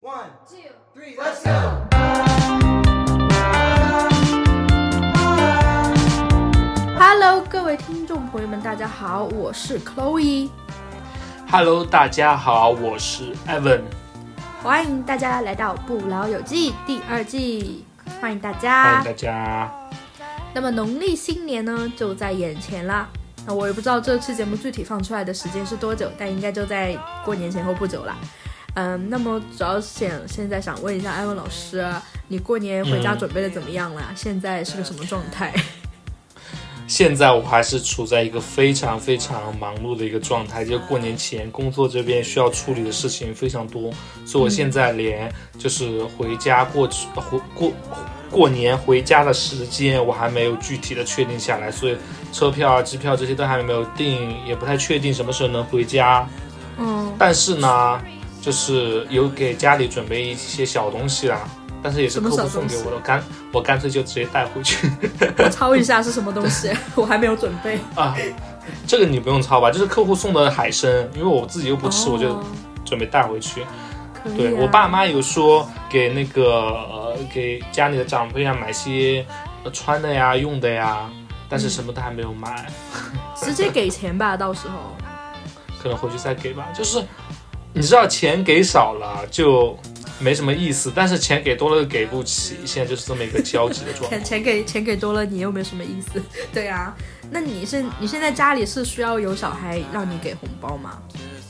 One, two, three, let's go! Hello， 各位听众朋友们，大家好，我是 Chloe。Hello， 大家好，我是 Evan。 欢迎大家来到《不老有记》第2季，欢迎大家， 欢迎大家。 那么农历新年呢，就在眼前啦。那我也不知道这期节目具体放出来的时间是多久，但应该就在过年前后不久啦。那么主要现在想问一下艾文老师，你过年回家准备的怎么样啦？现在是个什么状态？ 现在我还是处在一个非常非常忙碌的一个状态，就过年前工作这边需要处理的事情非常多，所以我现在连就是回家过年回家的时间我还没有具体的确定下来，所以车票啊、机票这些都还没有订，也不太确定什么时候能回家。但是呢，就是有给家里准备一些小东西啦。但是也是客户送给我的，我干脆就直接带回去。 我抄一下是什么东西，我还没有准备啊。这个你不用抄吧，就是客户送的海参，因为我自己又不吃，我就准备带回去。对，我爸妈有说给那个给家里的长辈啊买些穿的呀、用的呀，但是什么都还没有买。 直接给钱吧，到时候。 可能回去再给吧，就是你知道钱给少了就没什么意思，但是钱给多了又给不起，现在就是这么一个交集的状态。 钱给多了，你又没什么意思。对啊，那你现在家里是需要有小孩让你给红包吗？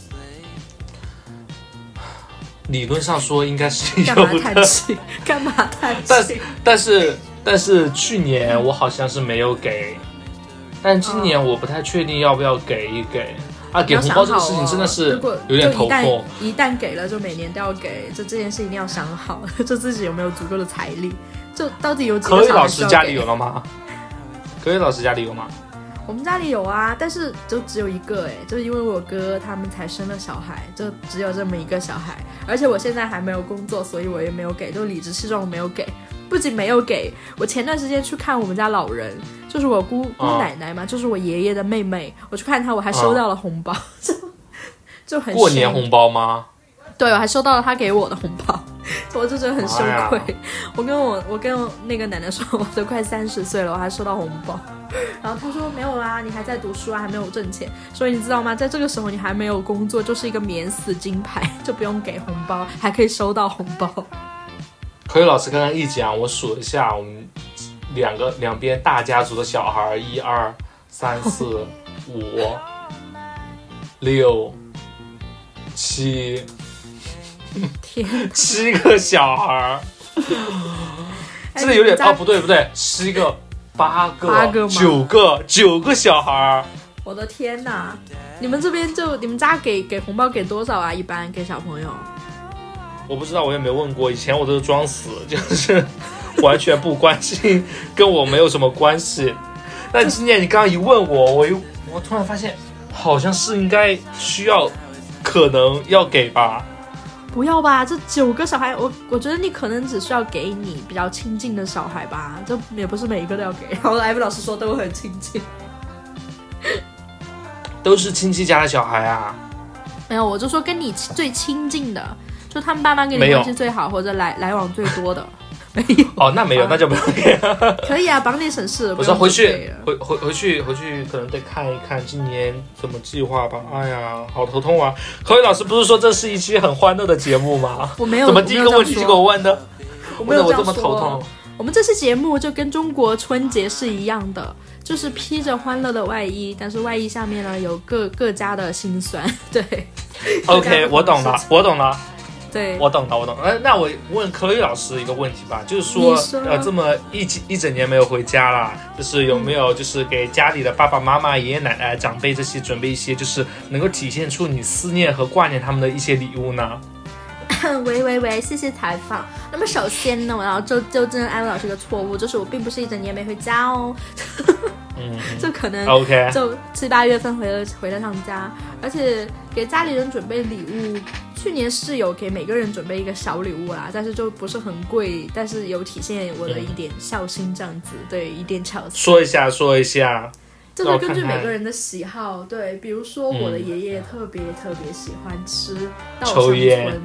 理论上说应该是有的。 干嘛叹气？ 但是去年我好像是没有给，但今年我不太确定要不要给一给。给红包这个事情真的是有点头痛。 一旦给了就每年都要给，这件事一定要想好，就自己有没有足够的财力，就到底有几个小孩需要给。 可以老师家里有了吗？可以老师家里有吗？ 我们家里有啊，但是就只有一个就是因为我哥他们才生了小孩，就只有这么一个小孩，而且我现在还没有工作，所以我也没有给，就理直气壮没有给。不仅没有给，我前段时间去看我们家老人，就是我姑奶奶嘛，就是我爷爷的妹妹，我去看她，我还收到了红包，就很过年红包吗？ 对，我还收到了她给我的红包，我就觉得很羞愧。我跟我那个奶奶说，我都快30岁了，我还收到红包，然后她说没有啊，你还在读书啊，还没有挣钱，所以你知道吗？在这个时候你还没有工作，就是一个免死金牌，就不用给红包，还可以收到红包。 可以老师刚刚一讲，我数了一下，我们两边大家族的小孩，1、2、3、4、5、6、7， 天 ，7个小孩，这个有点不对，7个、8个、9个小孩。 我的天哪！你们这边你们家给红包给多少啊？一般给小朋友？ 我不知道，我也没问过。以前我都是装死，就是完全不关心，跟我没有什么关系。但今年你刚刚一问我突然发现，好像是应该需要，可能要给吧？ 不要吧，这9个小孩，我觉得你可能只需要给你比较亲近的小孩吧，这也不是每一个都要给。然后艾文老师说都很亲近，都是亲戚家的小孩啊？ 没有，我就说跟你最亲近的。就他们爸妈跟你关系最好或者来往最多的，没有那没有，那就不用给了。 可以啊，帮你省事。 我说回去可能得看一看今年怎么计划吧。哎呀，好头痛啊！口语老师不是说这是一期很欢乐的节目吗？ 我没有， 怎么第一个问题就给我问的？ 我这么头痛。 我们这期节目就跟中国春节是一样的，就是披着欢乐的外衣，但是外衣下面呢有各家的辛酸。对 ，OK， 我懂了。 对， 我懂了。那我问克洛伊老师一个问题吧，就是说这么一整年没有回家了，就是有没有就是给家里的爸爸妈妈、爷爷奶奶、长辈这些准备一些就是能够体现出你思念和挂念他们的一些礼物呢？ 喂，谢谢采访。那么首先呢，我要纠正艾文老师一个错误，就是我并不是一整年没回家哦。就可能就7、8月份回了趟家，而且给家里人准备礼物。去年是有给每个人准备一个小礼物啦，但是就不是很贵，但是有体现我的一点孝心这样子，对，一点巧思。 说一下。 就是根据每个人的喜好，对，比如说我的爷爷特别喜欢吃稻香村，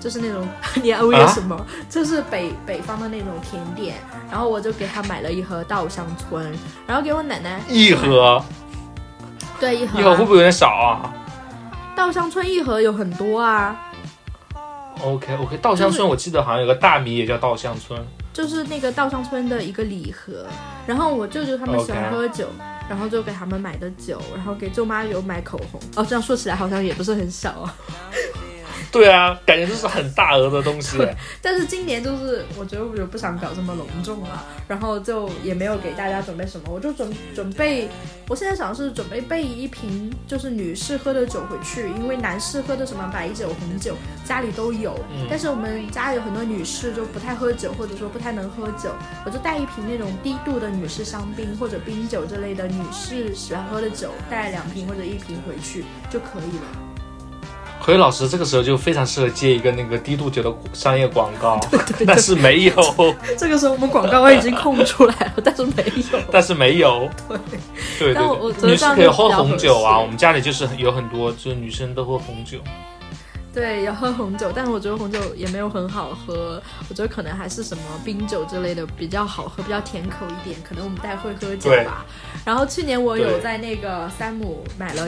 就是那种你要为什么、就是北方的那种甜点，然后我就给他买了一盒稻香村，然后给我奶奶一盒， 对一盒、 一盒会不会有点少啊？ 稻香村一盒有很多啊。 OK， 稻香村我记得好像有个大米也叫稻香村， 就是那个稻香村的一个礼盒，然后我舅舅他们喜欢喝酒，然后就给他们买的酒，然后给舅妈有买口红。哦，这样说起来好像也不是很小啊。 对啊，感觉这是很大额的东西。 但是今年就是我觉得我不想搞这么隆重了，然后就也没有给大家准备什么，我就准备，我现在想是准备备一瓶就是女士喝的酒回去，因为男士喝的什么白酒、红酒家里都有，但是我们家有很多女士就不太喝酒，或者说不太能喝酒，我就带一瓶那种低度的女士香槟或者冰酒之类的女士喜欢喝的酒，带2瓶或者1瓶回去就可以了。 何宇老师这个时候就非常适合接一个那个低度酒的商业广告， 对， 但是没有。 这个时候我们广告位已经空出来了，但是没有。对，但我女士可以喝红酒啊，我们家里就是有很多就是女生都喝红酒。 对，要喝红酒，但是我觉得红酒也没有很好喝，我觉得可能还是什么冰酒之类的比较好喝，比较甜口一点，可能我们待会喝酒吧。然后去年我有在那个山姆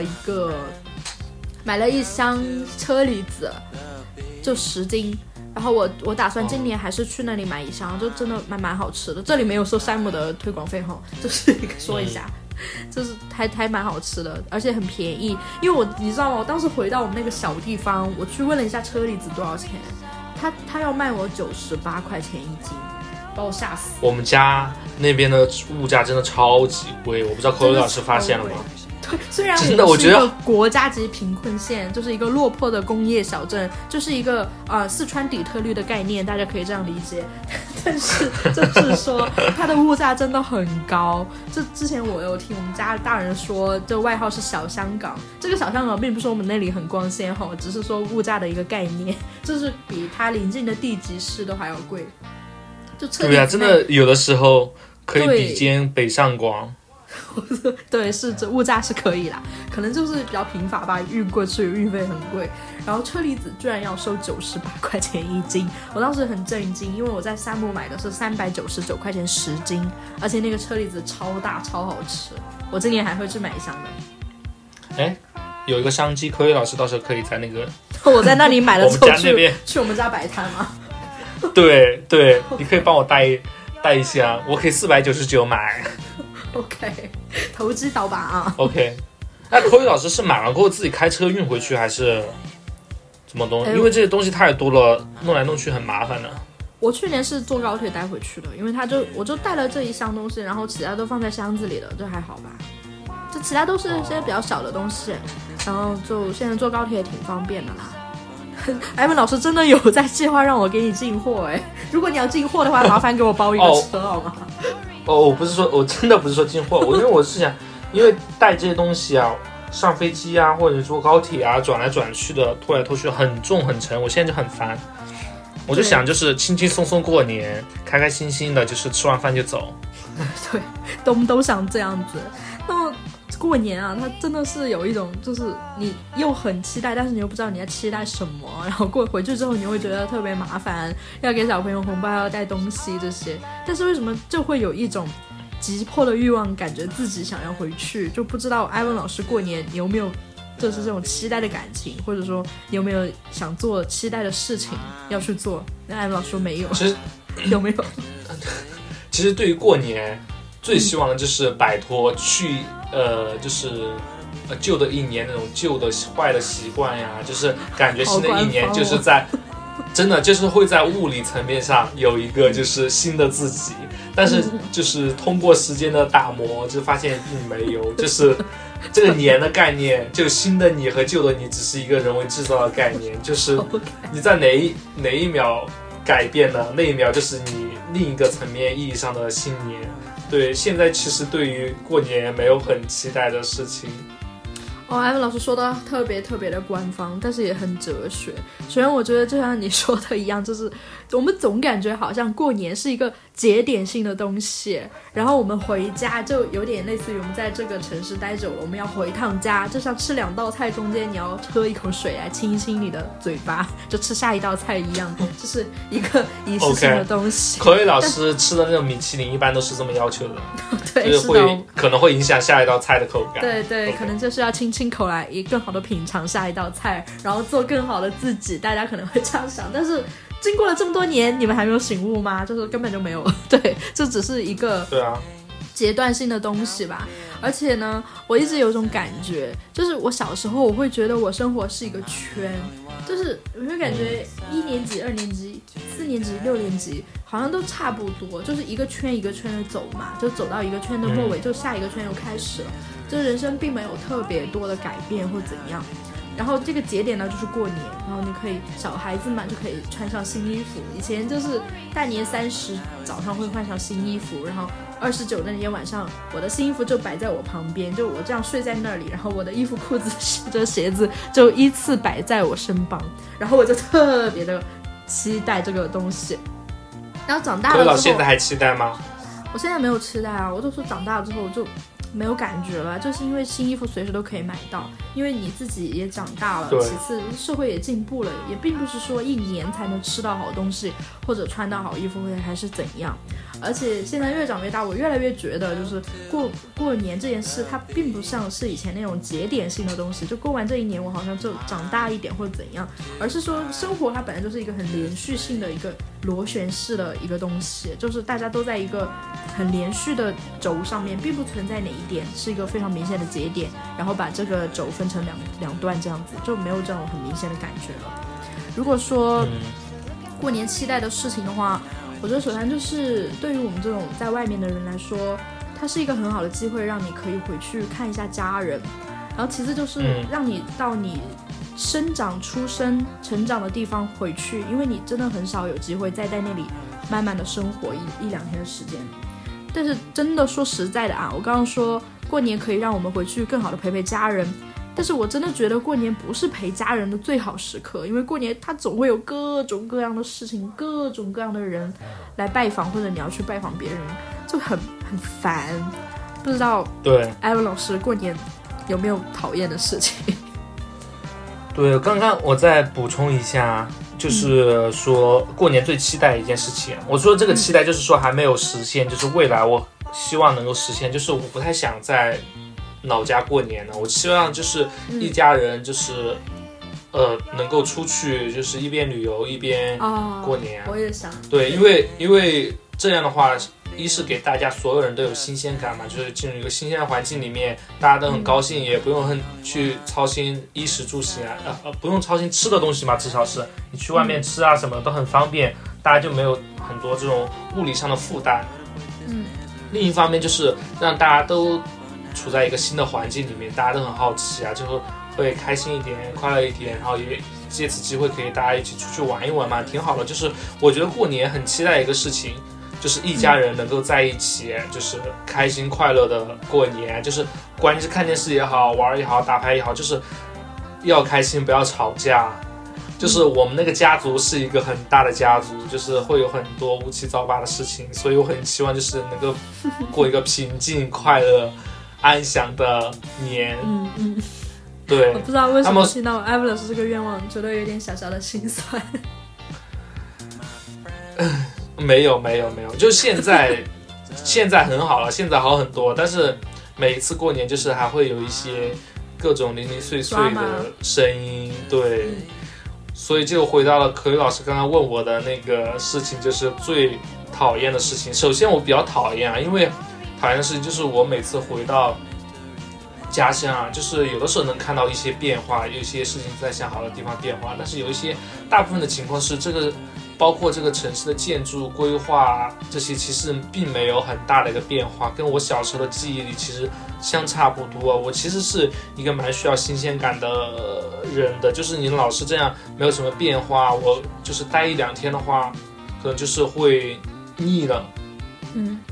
买了一箱车厘子，就10斤，然后我打算今年还是去那里买一箱，就真的蛮好吃的。这里没有收山姆的推广费哈，就是说一下，就是还蛮好吃的，而且很便宜。因为你知道吗？我当时回到我们那个小地方，我去问了一下车厘子多少钱，他要卖我98块钱1斤，把我吓死。 我们家那边的物价真的超级贵，我不知道寇老师发现了吗？ 对，虽然我是一个国家级贫困县，就是一个落魄的工业小镇，就是一个四川底特律的概念，大家可以这样理解。但是就是说它的物价真的很高。就之前我有听我们家大人说，这外号是小香港。这个小香港并不是说我们那里很光鲜哈，只是说物价的一个概念，就是比它邻近的地级市都还要贵。就对啊，真的有的时候可以比肩北上广。 对，是这物价是可以啦，可能就是比较贫乏吧，运过去运费很贵。然后车厘子居然要收98块钱1斤，我当时很震惊，因为我在山姆买的是399块钱10斤，而且那个车厘子超大超好吃，我今年还会去买一箱的。 哎，有一个商机，科威老师到时候可以在那个我在那里买了之后去我们家摆摊吗？ 对，你可以帮我带一箱，我可以499买。 OK， 投机倒把啊。 OK， 那科宇老师是买完过后自己开车运回去，还是怎么东？因为这些东西太多了，弄来弄去很麻烦的。 我去年是坐高铁带回去的，因为我就带了这一箱东西，然后其他都放在箱子里了，这还好吧？就其他都是一些比较小的东西，然后就现在坐高铁也挺方便的啦。艾文老师真的有在计划让我给你进货哎，如果你要进货的话，麻烦给我包一个车好吗？ 我真的不是说进货，因为我是想，因为带这些东西啊，上飞机啊，或者坐高铁啊，转来转去的，拖来拖去很重很沉，我现在就很烦。我就想就是轻轻松松过年，开开心心的，就是吃完饭就走。 对，都想这样子。那么过年啊，它真的是有一种，就是你又很期待，但是你又不知道你要期待什么，然后回去之后你会觉得特别麻烦，要给小朋友红包，要带东西这些。但是为什么就会有一种急迫的欲望，感觉自己想要回去？就不知道艾文老师过年有没有就是这种期待的感情，或者说有没有想做期待的事情要去做？那艾文老师说没有， 其实有没有？ 其实对于过年最希望的就是摆脱就是旧的一年那种旧的坏的习惯呀，就是感觉新的一年就是在真的就是会在物理层面上有一个就是新的自己，但是就是通过时间的打磨就发现并没有，就是这个年的概念，就新的你和旧的你只是一个人为制造的概念，就是你在哪一秒改变了，那一秒就是你另一个层面意义上的新年。对，现在其实对于过年没有很期待的事情。 艾文老师说的特别特别的官方，但是也很哲学。首先我觉得就像你说的一样，就是我们总感觉好像过年是一个节点性的东西，然后我们回家就有点类似于我们在这个城市待久了，我们要回趟家，就像吃2道菜中间你要喝一口水来清一清你的嘴巴，就吃下一道菜一样，这是一个仪式性的东西。 口语老师吃的那种米其林一般都是这么要求的对， 就是可能会影响下一道菜的口感。 对对，可能就是要清清口来更好的品尝下一道菜，然后做更好的自己，大家可能会这样想。但是经过了这么多年，你们还没有醒悟吗？就是根本就没有。对，这只是一个阶段性的东西吧。而且呢，我一直有一种感觉，就是我小时候我会觉得我生活是一个圈，就是我会感觉1年级、2年级、4年级、6年级好像都差不多，就是一个圈一个圈的走嘛，就走到一个圈的末尾，就下一个圈又开始了。就是人生并没有特别多的改变或怎样。然后这个节点呢就是过年，然后你可以小孩子嘛就可以穿上新衣服，以前就是大年30早上会换上新衣服，然后29那天晚上我的新衣服就摆在我旁边，就我这样睡在那里，然后我的衣服裤子这鞋子就依次摆在我身旁，然后我就特别的期待这个东西。然后长大了之后， 现在还期待吗？ 我现在没有期待啊，我都说长大了之后就没有感觉了，就是因为新衣服随时都可以买到，因为你自己也长大了，其次社会也进步了，也并不是说1年才能吃到好东西或者穿到好衣服或者还是怎样。而且现在越长越大，我越来越觉得就是过年这件事它并不像是以前那种节点性的东西，就过完这一年我好像就长大一点或者怎样，而是说生活它本来就是一个很连续性的一个螺旋式的一个东西，就是大家都在一个很连续的轴上面，并不存在哪一点是一个非常明显的节点，然后把这个轴分成两段这样子，就没有这种很明显的感觉了。如果说过年期待的事情的话，我觉得首先就是对于我们这种在外面的人来说，它是一个很好的机会让你可以回去看一下家人，然后其次就是让你到你生长出生成长的地方回去，因为你真的很少有机会再在那里慢慢的生活一两天的时间。但是真的说实在的啊，我刚刚说过年可以让我们回去更好的陪陪家人，但是我真的觉得过年不是陪家人的最好时刻，因为过年它总会有各种各样的事情，各种各样的人来拜访，或者你要去拜访别人，就很烦。不知道对艾文老师过年有没有讨厌的事情？ 对，刚刚我再补充一下，就是说过年最期待的一件事情，我说这个期待就是说还没有实现，就是未来我希望能够实现，就是我不太想在老家过年了，我希望就是一家人就是能够出去，就是一边旅游一边过年。 我也想。 对，因为这样的话，一是给大家所有人都有新鲜感嘛，就是进入一个新鲜的环境里面，大家都很高兴，也不用去操心衣食住行不用操心吃的东西嘛，至少是你去外面吃啊什么都很方便，大家就没有很多这种物理上的负担。另一方面就是让大家都处在一个新的环境里面，大家都很好奇啊，就会开心一点，快乐一点，然后也借此机会可以大家一起出去玩一玩嘛，挺好的。就是我觉得过年很期待一个事情，就是一家人能够在一起，就是开心快乐的过年，就是不管你是看电视也好，玩也好，打牌也好，就是要开心，不要吵架。就是我们那个家族是一个很大的家族，就是会有很多乌七八糟的事情，所以我很希望就是能够过一个平静、快乐、安详的年。对。 我不知道为什么听到艾文老师这个愿望，觉得有点小小的心酸。 没有，就现在很好了，现在好很多，但是每一次过年就是还会有一些各种零零碎碎的声音，对。所以就回到了可宇老师刚刚问我的那个事情，就是最讨厌的事情。首先我比较讨厌啊，因为讨厌的事情就是我每次回到家乡啊，就是有的时候能看到一些变化，有一些事情在向好的地方变化，但是有一些大部分的情况是这个包括这个城市的建筑规划这些其实并没有很大的一个变化，跟我小时候的记忆里其实相差不多。我其实是一个蛮需要新鲜感的人的，就是你老是这样没有什么变化，我就是待1-2天的话可能就是会腻了。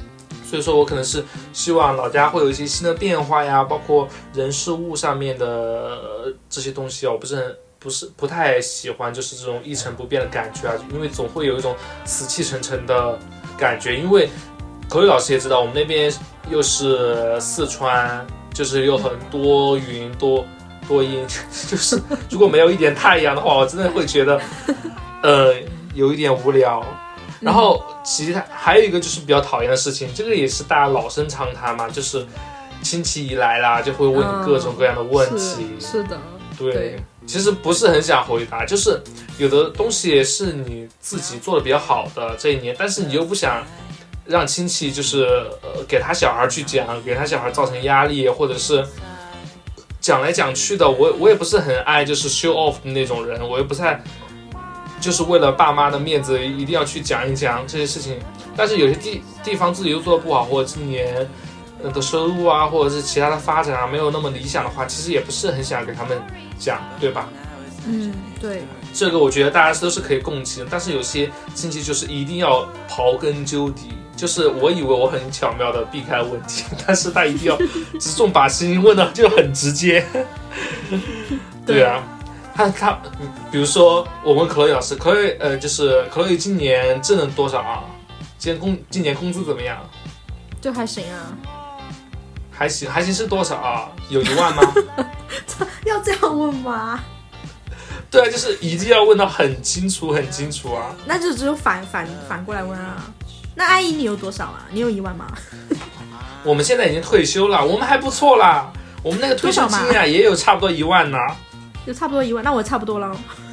所以说我可能是希望老家会有一些新的变化呀，包括人事物上面的这些东西啊，我不太喜欢就是这种一成不变的感觉啊，因为总会有一种死气沉沉的感觉。因为口语老师也知道，我们那边又是四川，就是有很多云多阴，就是如果没有一点太阳的话，我真的会觉得有一点无聊。然后其实还有一个就是比较讨厌的事情，这个也是大家老生常谈嘛，就是亲戚一来啦就会问你各种各样的问题。 是的， 对，其实不是很想回答，就是有的东西是你自己做的比较好的这一年，但是你又不想让亲戚就是给他小孩去讲，给他小孩造成压力，或者是讲来讲去的。我也不是很爱就是 show off 的那种人，我也不太就是为了爸妈的面子一定要去讲一讲这些事情。但是有些地方自己又做得不好，或者今年的收入啊，或者是其他的发展啊没有那么理想的话，其实也不是很想给他们讲，对吧？ 对， 这个我觉得大家都是可以共情的，但是有些亲戚就是一定要刨根究底，就是我以为我很巧妙的避开问题，但是他一定要直中靶心，问的就很直接。对啊，他比如说我问可乐老师，就是可乐今年挣了多少啊？今年工资怎么样？ 就还行啊。 还行是多少啊？有1万吗？ 要这样问吗？ 对啊，就是一定要问到很清楚啊。 那就只有反过来问啊。那阿姨你有多少啊？你有1万吗？ 我们现在已经退休了，我们还不错啦。我们那个退休金啊也有差不多1万呢。 有差不多1万，那我差不多了。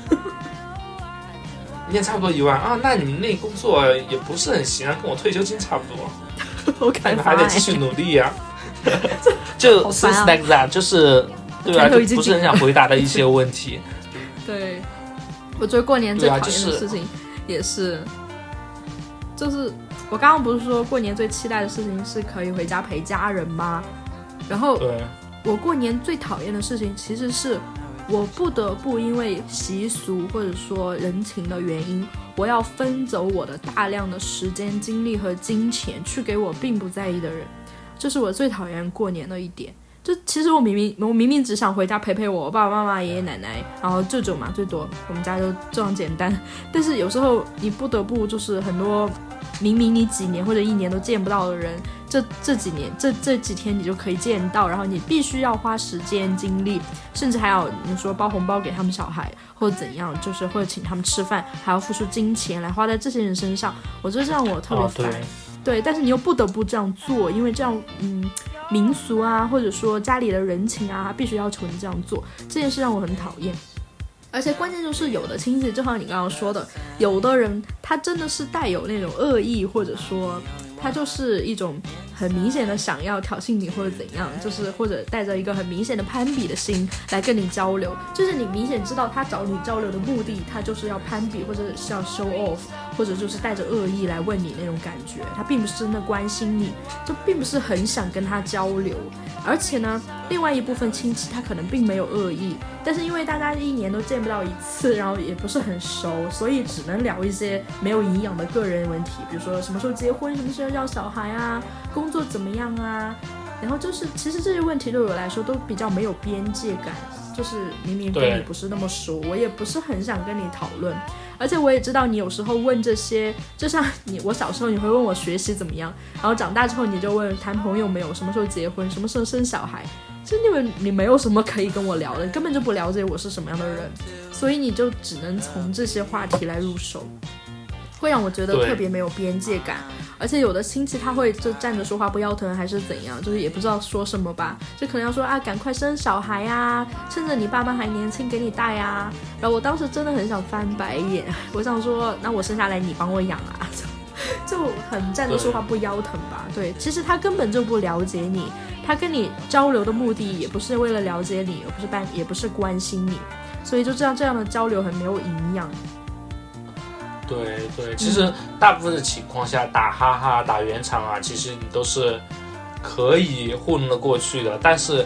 你也差不多1万啊？那你们那工作也不是很行啊，跟我退休金差不多。 我感觉你们还得继续努力呀。就 things like that， 就是对啊，就不是很想回答的一些问题。 对，我觉得过年最讨厌的事情也是，就是我刚刚不是说过年最期待的事情是可以回家陪家人吗？然后我过年最讨厌的事情其实是我不得不因为习俗或者说人情的原因，我要分走我的大量的时间、精力和金钱去给我并不在意的人，这是我最讨厌过年的一点。就其实我明明只想回家陪陪我爸爸妈妈、爷爷奶奶，然后舅舅嘛，最多我们家就这样简单。但是有时候你不得不就是很多明明你几年或者1年都见不到的人，这几年这几天你就可以见到，然后你必须要花时间精力，甚至还要你说包红包给他们小孩或者怎样，就是或者请他们吃饭，还要付出金钱来花在这些人身上，我觉得这让我特别烦。对，但是你又不得不这样做，因为这样民俗啊，或者说家里的人情啊，必须要求你这样做，这件事让我很讨厌。而且关键就是有的亲戚，就像你刚刚说的，有的人他真的是带有那种恶意，或者说他就是一种很明显的想要挑衅你或者怎样，就是或者带着一个很明显的攀比的心来跟你交流，就是你明显知道他找你交流的目的，他就是要攀比或者是要 show off， 或者就是带着恶意来问你那种感觉，他并不是真的关心你，就并不是很想跟他交流。而且呢，另外一部分亲戚他可能并没有恶意，但是因为大家1年都见不到1次，然后也不是很熟，所以只能聊一些没有营养的个人问题，比如说什么时候结婚，什么时候要小孩啊，工作怎么样啊，然后就是其实这些问题对我来说都比较没有边界感，就是明明跟你不是那么熟，我也不是很想跟你讨论。而且我也知道你有时候问这些，就像我小时候你会问我学习怎么样，然后长大之后你就问谈朋友没有，什么时候结婚，什么时候生小孩，就你没有什么可以跟我聊的，你根本就不了解我是什么样的人，所以你就只能从这些话题来入手，会让我觉得特别没有边界感。而且有的亲戚他会就站着说话不腰疼还是怎样，就是也不知道说什么吧，就可能要说啊赶快生小孩啊，趁着你爸妈还年轻给你带啊。然后我当时真的很想翻白眼，我想说那我生下来你帮我养啊，就很站着说话不腰疼吧。对，其实他根本就不了解你，他跟你交流的目的也不是为了了解你，也不是关心你，所以就这样的交流很没有营养。 对，其实大部分的情况下打哈哈打圆场啊，其实你都是可以糊弄得过去的，但是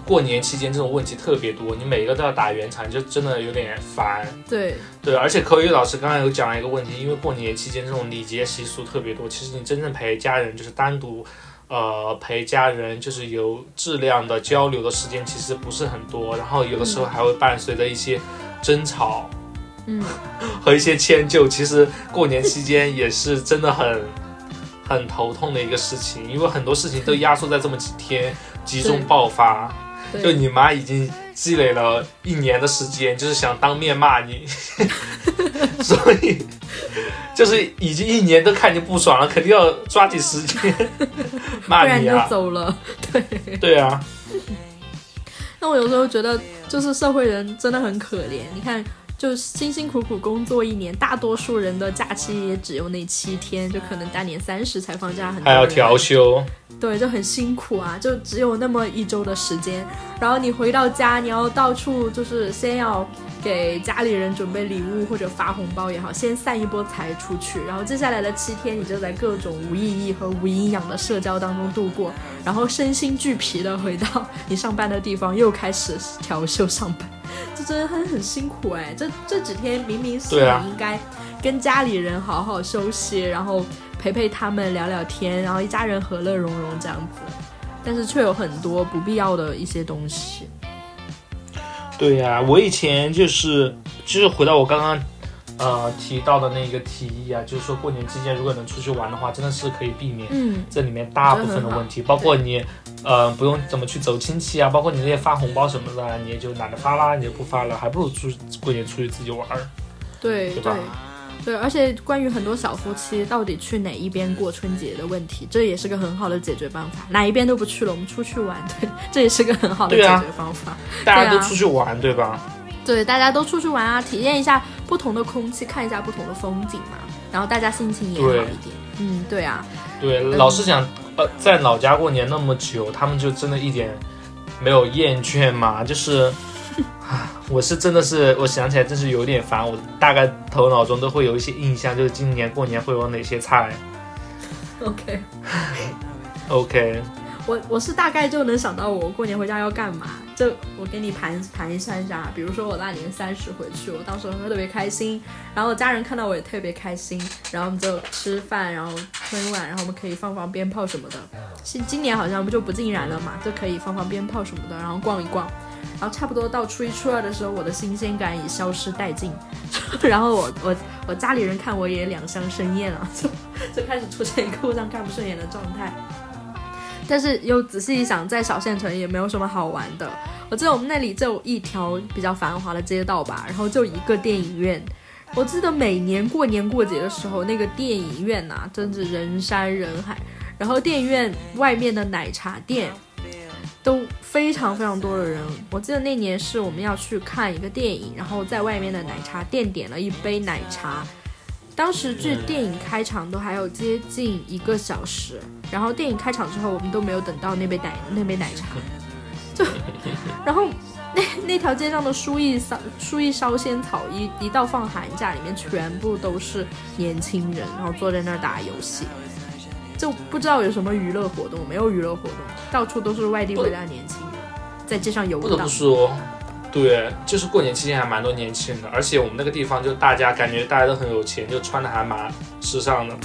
过年期间这种问题特别多，你每一个都要打圆场，就真的有点烦。 对， 而且口语老师刚刚有讲了一个问题，因为过年期间这种礼节习俗特别多，其实你真正陪家人就是单独陪家人就是有质量的交流的时间其实不是很多，然后有的时候还会伴随着一些争吵和一些迁就，其实过年期间也是真的很头痛的一个事情，因为很多事情都压缩在这么几天集中爆发。就你妈已经积累了1年的时间，就是想当面骂你所以就是已经1年都看你不爽了，肯定要抓紧时间骂你啊， 不然就走了。 对啊。 那我有时候觉得就是社会人真的很可怜，你看就辛辛苦苦工作1年，大多数人的假期也只有那7天，就可能大年30才放假，很多人还要调休， 对，就很辛苦啊，就只有那么1周的时间，然后你回到家，你要到处就是先要给家里人准备礼物或者发红包也好，先散一波财出去，然后接下来的7天你就在各种无意义和无营养的社交当中度过，然后身心俱疲的回到你上班的地方，又开始调休上班，这真的很辛苦哎。这几天明明是你应该跟家里人好好休息，然后陪他们聊聊天，然后一家人和乐融融这样子，但是却有很多不必要的一些东西。 对呀，我以前就是回到我刚刚提到的那个提议啊，就是说过年期间如果能出去玩的话，真的是可以避免这里面大部分的问题，包括你不用怎么去走亲戚啊，包括你那些发红包什么的，你也就懒得发啦，你就不发了，还不如过年出去自己玩。对吧？ 对，而且关于很多小夫妻到底去哪一边过春节的问题，这也是个很好的解决办法。哪一边都不去了，我们出去玩，对，这也是个很好的解决方法。 大家都出去玩，对吧？ 对，大家都出去玩啊，体验一下不同的空气，看一下不同的风景嘛，然后大家心情也好一点。对啊。对， 老实讲，在老家过年那么久，他们就真的一点没有厌倦嘛，就是我是真的是，我想起来真是有点烦，我大概头脑中都会有一些印象，就是今年过年会有哪些菜。OK， 我是大概就能想到我过年回家要干嘛，就我给你盘算一下，比如说我大年30回去，我当时会特别开心，然后家人看到我也特别开心，然后我们就吃饭，然后春晚，然后我们可以放鞭炮什么的。今年好像就不尽然了嘛，就可以放鞭炮什么的，然后逛一逛。然后差不多到初1、初2的时候，我的新鲜感已消失殆尽，然后我家里人看我也两相生厌了，就开始出现一个互相看不顺眼的状态。但是又仔细一想，在小县城也没有什么好玩的。我记得我们那里就有一条比较繁华的街道吧，然后就一个电影院。我记得每年过年过节的时候，那个电影院啊，真是人山人海。然后电影院外面的奶茶店都非常非常多的人。我记得那年是我们要去看一个电影，然后在外面的奶茶店点了一杯奶茶，当时距电影开场都还有接近1个小时，然后电影开场之后我们都没有等到那杯奶茶，就然后那条街上的书艺烧仙草一到放寒假，里面全部都是年轻人，然后坐在那儿打游戏，就不知道有什么娱乐活动，没有娱乐活动，到处都是外地回来的年轻人在街上游荡。 不得不说，对，就是过年期间还蛮多年轻人的，而且我们那个地方就感觉大家都很有钱，就穿的还蛮时尚的。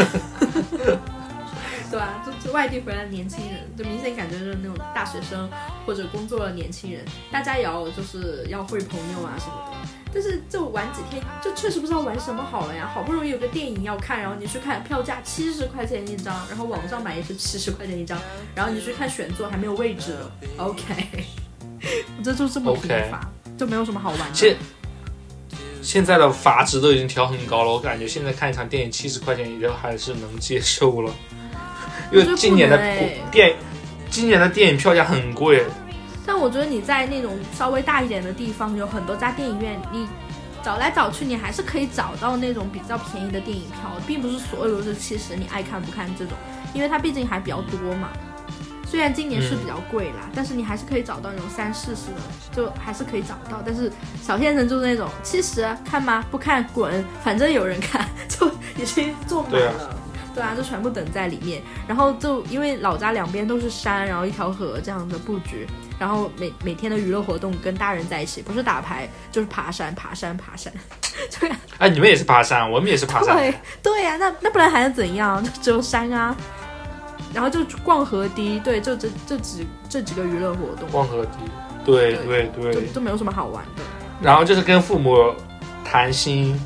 对啊，就外地回来的年轻人，就明显感觉就是那种大学生或者工作的年轻人，大家也要就是要会朋友啊什么的。但是就玩几天，就确实不知道玩什么好了呀。好不容易有个电影要看，然后你去看，票价70块钱一张，然后网上买也是70块钱一张，然后你去看选座还没有位置了。OK， 这就这么贫乏，就没有什么好玩的。 现在的阀值都已经调很高了，我感觉现在看一场电影70块钱也就还是能接受了。因为今年的电影票价很贵， 但我觉得你在那种稍微大一点的地方，有很多家电影院，你找来找去，你还是可以找到那种比较便宜的电影票，并不是所有都是70，你爱看不看这种，因为它毕竟还比较多嘛。虽然今年是比较贵啦，但是你还是可以找到那种30、40的，就还是可以找到。但是小县城就是那种70看吗？不看滚，反正有人看，就已经坐满了。 对啊，就全部等在里面。然后就因为老家两边都是山，然后一条河这样的布局，然后每天的娱乐活动跟大人在一起，不是打牌就是爬山。对啊， 哎，你们也是爬山，我们也是爬山。 对呀、啊，那不然还能怎样？就只有山啊。然后就逛河堤，对，就这几个娱乐活动。 逛河堤，对， 就没有什么好玩的。 然后就是跟父母谈心。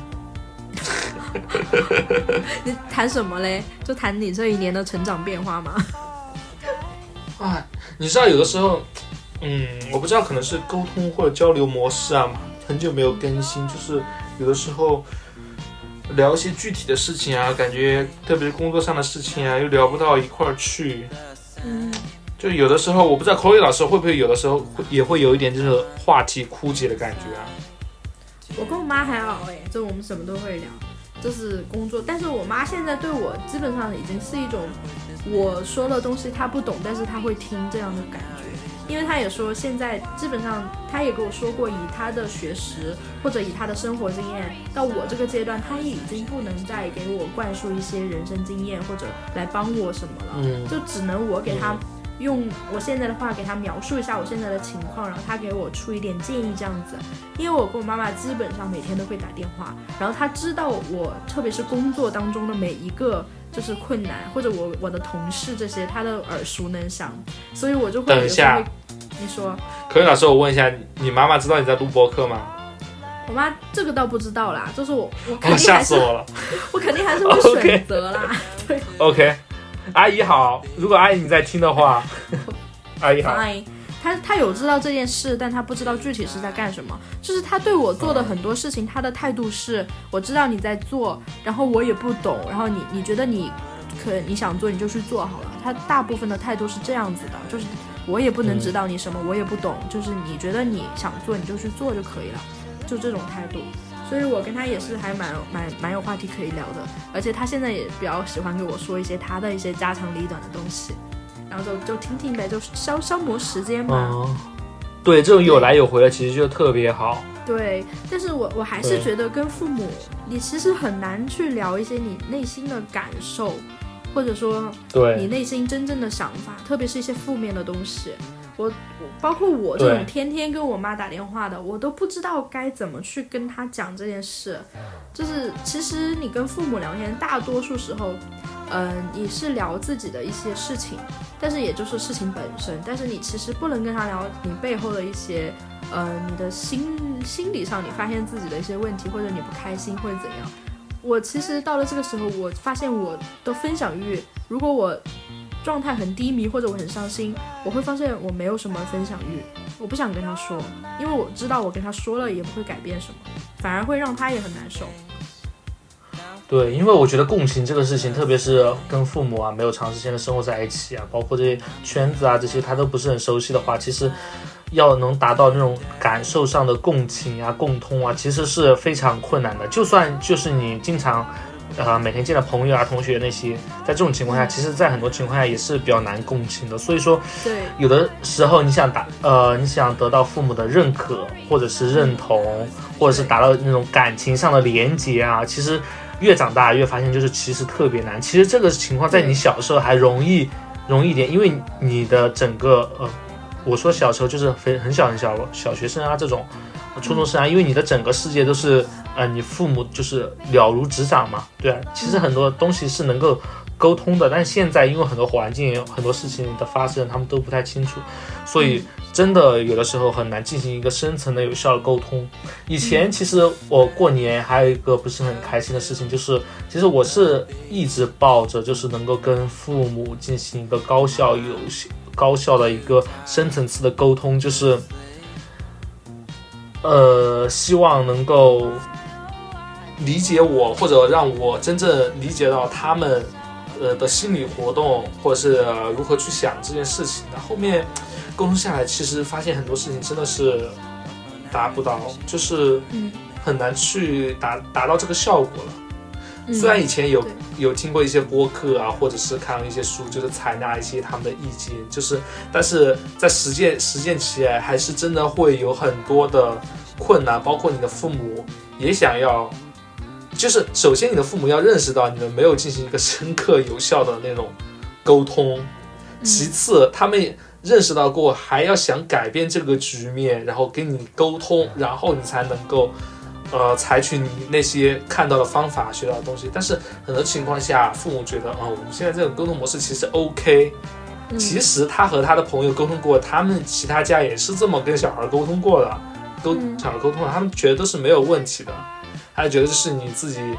你谈什么嘞？就谈你这一年的成长变化吗？ 啊，你知道有的时候，我不知道可能是沟通或者交流模式啊，很久没有更新，就是有的时候聊一些具体的事情啊，感觉特别是工作上的事情啊，又聊不到一块儿去。就有的时候我不知道口语老师会不会有的时候也会有一点就是话题枯竭的感觉啊。 我跟我妈还好就我们什么都会聊，就是工作，但是我妈现在对我基本上已经是一种我说的东西她不懂，但是她会听这样的感觉。因为她也说现在基本上她也跟我说过，以她的学识或者以她的生活经验到我这个阶段，她已经不能再给我灌输一些人生经验或者来帮我什么了，就只能我给她用我现在的话给他描述一下我现在的情况，然后他给我出一点建议这样子。因为我跟我妈妈基本上每天都会打电话，然后他知道我特别是工作当中的每一个就是困难，或者我的同事这些他的耳熟能详，所以我就会等一下， 你说可以老师，我问一下，你妈妈知道你在录播客吗？ 我妈这个倒不知道啦，就是我肯定还是吓死我了， 我肯定还是会选择啦。对 OK， 阿姨好，如果阿姨你在听的话阿姨好。 他有知道这件事，但他不知道具体是在干什么。就是他对我做的很多事情，他的态度是我知道你在做，然后我也不懂，然后你觉得你想做你就去做好了。他大部分的态度是这样子的，就是我也不能指导你什么，我也不懂，就是你觉得你想做你就去做就可以了，就这种态度。所以我跟他也是还蛮有话题可以聊的，而且他现在也比较喜欢跟我说一些他的一些家长里短的东西，然后就听听呗，就消磨时间嘛。 对，这种有来有回的其实就特别好。 对，但是我还是觉得跟父母你其实很难去聊一些你内心的感受，或者说你内心真正的想法，特别是一些负面的东西。包括我这种天天跟我妈打电话的，我都不知道该怎么去跟她讲这件事。就是其实你跟父母聊天，大多数时候你是聊自己的一些事情，但是也就是事情本身，但是你其实不能跟他聊你背后的一些你的心理上你发现自己的一些问题，或者你不开心或者怎样。我其实到了这个时候，我发现我的分享欲，如果我状态很低迷或者我很伤心，我会发现我没有什么分享欲，我不想跟他说，因为我知道我跟他说了也不会改变什么，反而会让他也很难受。 对，因为我觉得共情这个事情，特别是跟父母啊没有长时间的生活在一起啊，包括这些圈子啊这些他都不是很熟悉的话，其实要能达到那种感受上的共情啊共通啊，其实是非常困难的。就算就是你经常每天见的朋友啊同学那些，在这种情况下，其实在很多情况下也是比较难共情的。所以说对， 有的时候你想得到父母的认可或者是认同，或者是达到那种感情上的连结啊，其实越长大越发现就是其实特别难。其实这个情况在你小时候还容易一点，因为你的整个我说小时候就是很小小学生啊这种初中生啊，因为你的整个世界都是你父母就是了如指掌嘛，对啊，其实很多东西是能够沟通的，但现在因为很多环境有很多事情的发生他们都不太清楚，所以真的有的时候很难进行一个深层的有效的沟通。以前其实我过年还有一个不是很开心的事情，就是其实我是一直抱着就是能够跟父母进行一个高效的一个深层次的沟通，就是希望能够理解我，或者让我真正理解到他们的心理活动，或者是如何去想这件事情的。后面沟通下来，其实发现很多事情真的是达不到，就是很难去达到这个效果了。虽然以前有听过一些播客啊，或者是看一些书，就是采纳一些他们的意见，但是在实践起来，还是真的会有很多的困难，包括你的父母也想要就是首先你的父母要认识到你们没有进行一个深刻有效的那种沟通，其次他们认识到过还要想改变这个局面，然后跟你沟通，然后你才能够采取你那些看到的方法学到的东西。但是很多情况下父母觉得我们现在这种沟通模式其实 OK，其实他和他的朋友沟通过，他们其他家也是这么跟小孩沟通过的，小孩沟通了，他们觉得都是没有问题的，他觉得这是你自己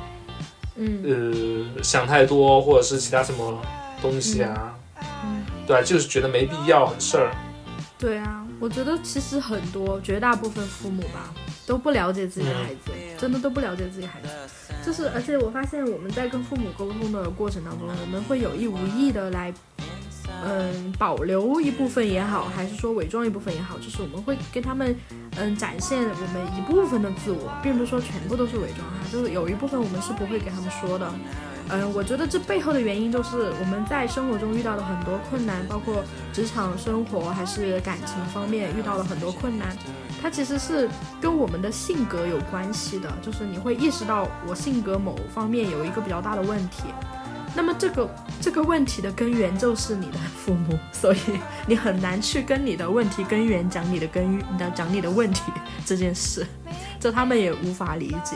想太多，或者是其他什么东西啊，对啊，就是觉得没必要的事儿。 对啊，我觉得其实绝大部分父母吧都不了解自己的孩子，真的都不了解自己孩子。就是而且我发现我们在跟父母沟通的过程当中，我们会有意无意的来保留一部分也好，还是说伪装一部分也好，就是我们会跟他们展现我们一部分的自我，并不是说全部都是伪装就是有一部分我们是不会给他们说的。我觉得这背后的原因就是我们在生活中遇到的很多困难，包括职场生活还是感情方面遇到了很多困难，它其实是跟我们的性格有关系的，就是你会意识到我性格某方面有一个比较大的问题，那么这个问题的根源就是你的父母，所以你很难去跟你的问题根源讲你的问题这件事，这他们也无法理解。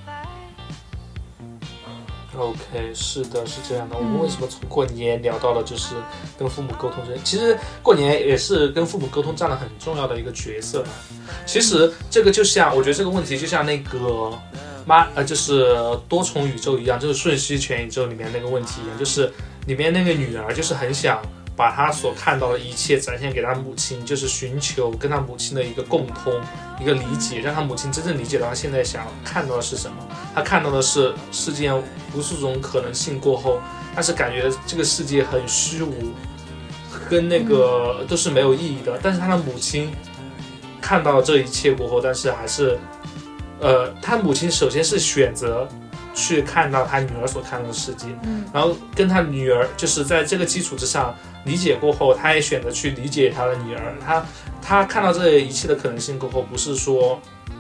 OK， 是的，是这样的。我们为什么从过年聊到了就是跟父母沟通这？其实过年也是跟父母沟通占了很重要的一个角色。其实这个就像，我觉得这个问题就像那个就是多重宇宙一样，就是瞬息全宇宙里面那个问题一样，就是里面那个女儿就是很想把她所看到的一切展现给她母亲，就是寻求跟她母亲的一个共通，一个理解，让她母亲真正理解到她现在想看到的是什么。她看到的是世界无数种可能性过后，但是感觉这个世界很虚无，跟那个都是没有意义的。但是她的母亲看到这一切过后，但是还是她母亲首先是选择去看到她女儿所看到的世界，然后跟她女儿就是在这个基础之上理解过后，她也选择去理解她的女儿。她看到这一切的可能性过后，不是说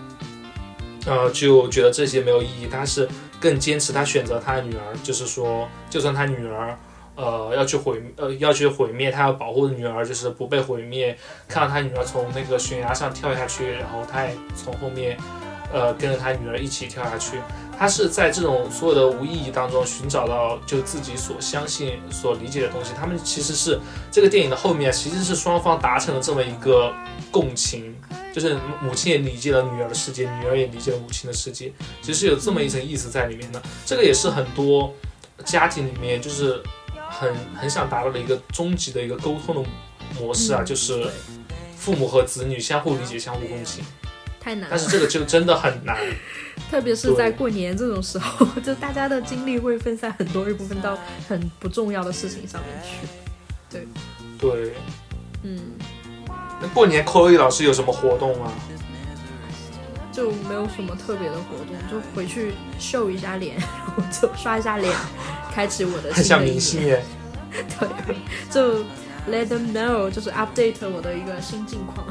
就觉得这些没有意义，她是更坚持，她选择她的女儿，就是说就算她女儿要去毁灭，她要保护女儿就是不被毁灭。看到她女儿从那个悬崖上跳下去，然后她也从后面跟着她女儿一起跳下去。他是在这种所有的无意义当中寻找到就自己所相信所理解的东西。他们其实是这个电影的后面其实是双方达成了这么一个共情，就是母亲也理解了女儿的世界，女儿也理解了母亲的世界，其实有这么一层意思在里面的。这个也是很多家庭里面就是很想达到的一个终极的一个沟通的模式啊，就是父母和子女相互理解相互共情。 太难了， 但是这个就真的很难， 特别是在过年这种时候，就大家的精力会分散很多一部分到很不重要的事情上面去。 对，那过年Chloe老师有什么活动吗？ 就没有什么特别的活动，就回去秀一下脸，然后就刷一下脸，开启我的新的一年。 很像明星耶。 对，就 let them know， 就是 update 我的一个新近况。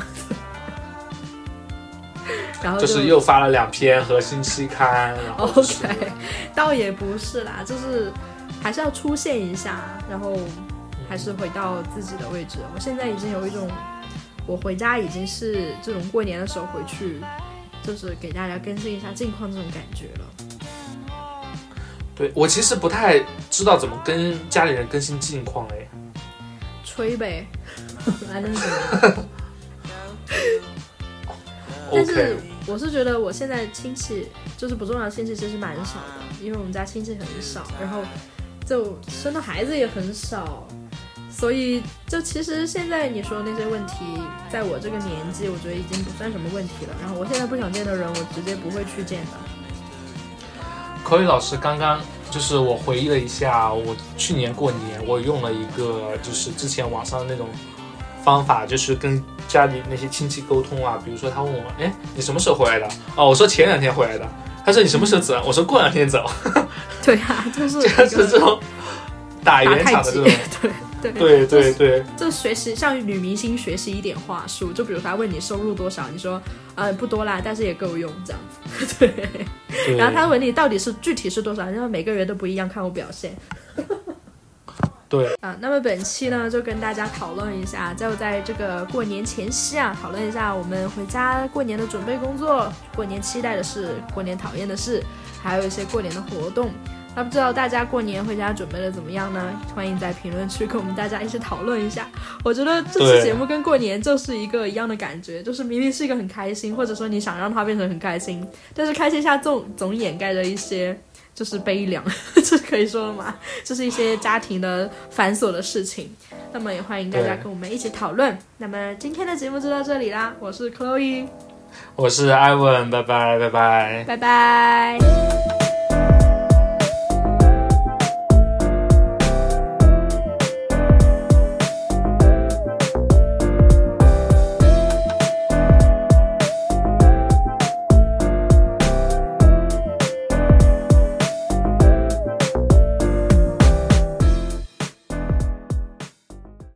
然后就是又发了2篇核心期刊，然后 OK， 倒也不是啦，就是还是要出现一下，然后还是回到自己的位置。我现在已经有一种，我回家已经是这种过年的时候回去，就是给大家更新一下近况这种感觉了。 对，我其实不太知道怎么跟家里人更新近况哎， 吹呗，还能怎么样？但是我是觉得我现在亲戚就是不重要的亲戚其实蛮少的，因为我们家亲戚很少，然后就生的孩子也很少，所以就其实现在你说那些问题，在我这个年纪我觉得已经不算什么问题了。然后我现在不想见的人我直接不会去见的。 Chloe老师刚刚就是我回忆了一下，我去年过年我用了一个就是之前网上的那种方法，就是跟家里那些亲戚沟通啊，比如说他问我，哎，你什么时候回来的？哦，我说前2天回来的。他说你什么时候走？我说过2天走。 对啊，就是这种打圆场的这种， 对， 对， 就学习向女明星学习一点话术，就比如他问你收入多少，你说不多啦，但是也够用这样子。对，然后他问你到底是具体是多少，因为每个人都不一样，看我表现。 对那么本期呢就跟大家讨论一下，就在这个过年前夕讨论一下我们回家过年的准备工作，过年期待的事，过年讨厌的事，还有一些过年的活动。那不知道大家过年回家准备的怎么样呢？欢迎在评论区跟我们大家一起讨论一下。我觉得这期节目跟过年就是一个一样的感觉，就是明明是一个很开心，或者说你想让它变成很开心，但是开心下总掩盖着一些就是悲凉，这可以说吗？就是一些家庭的繁琐的事情。那么也欢迎大家跟我们一起讨论。那么今天的节目就到这里啦，我是 Chloe， 我是 Ivan， 拜拜。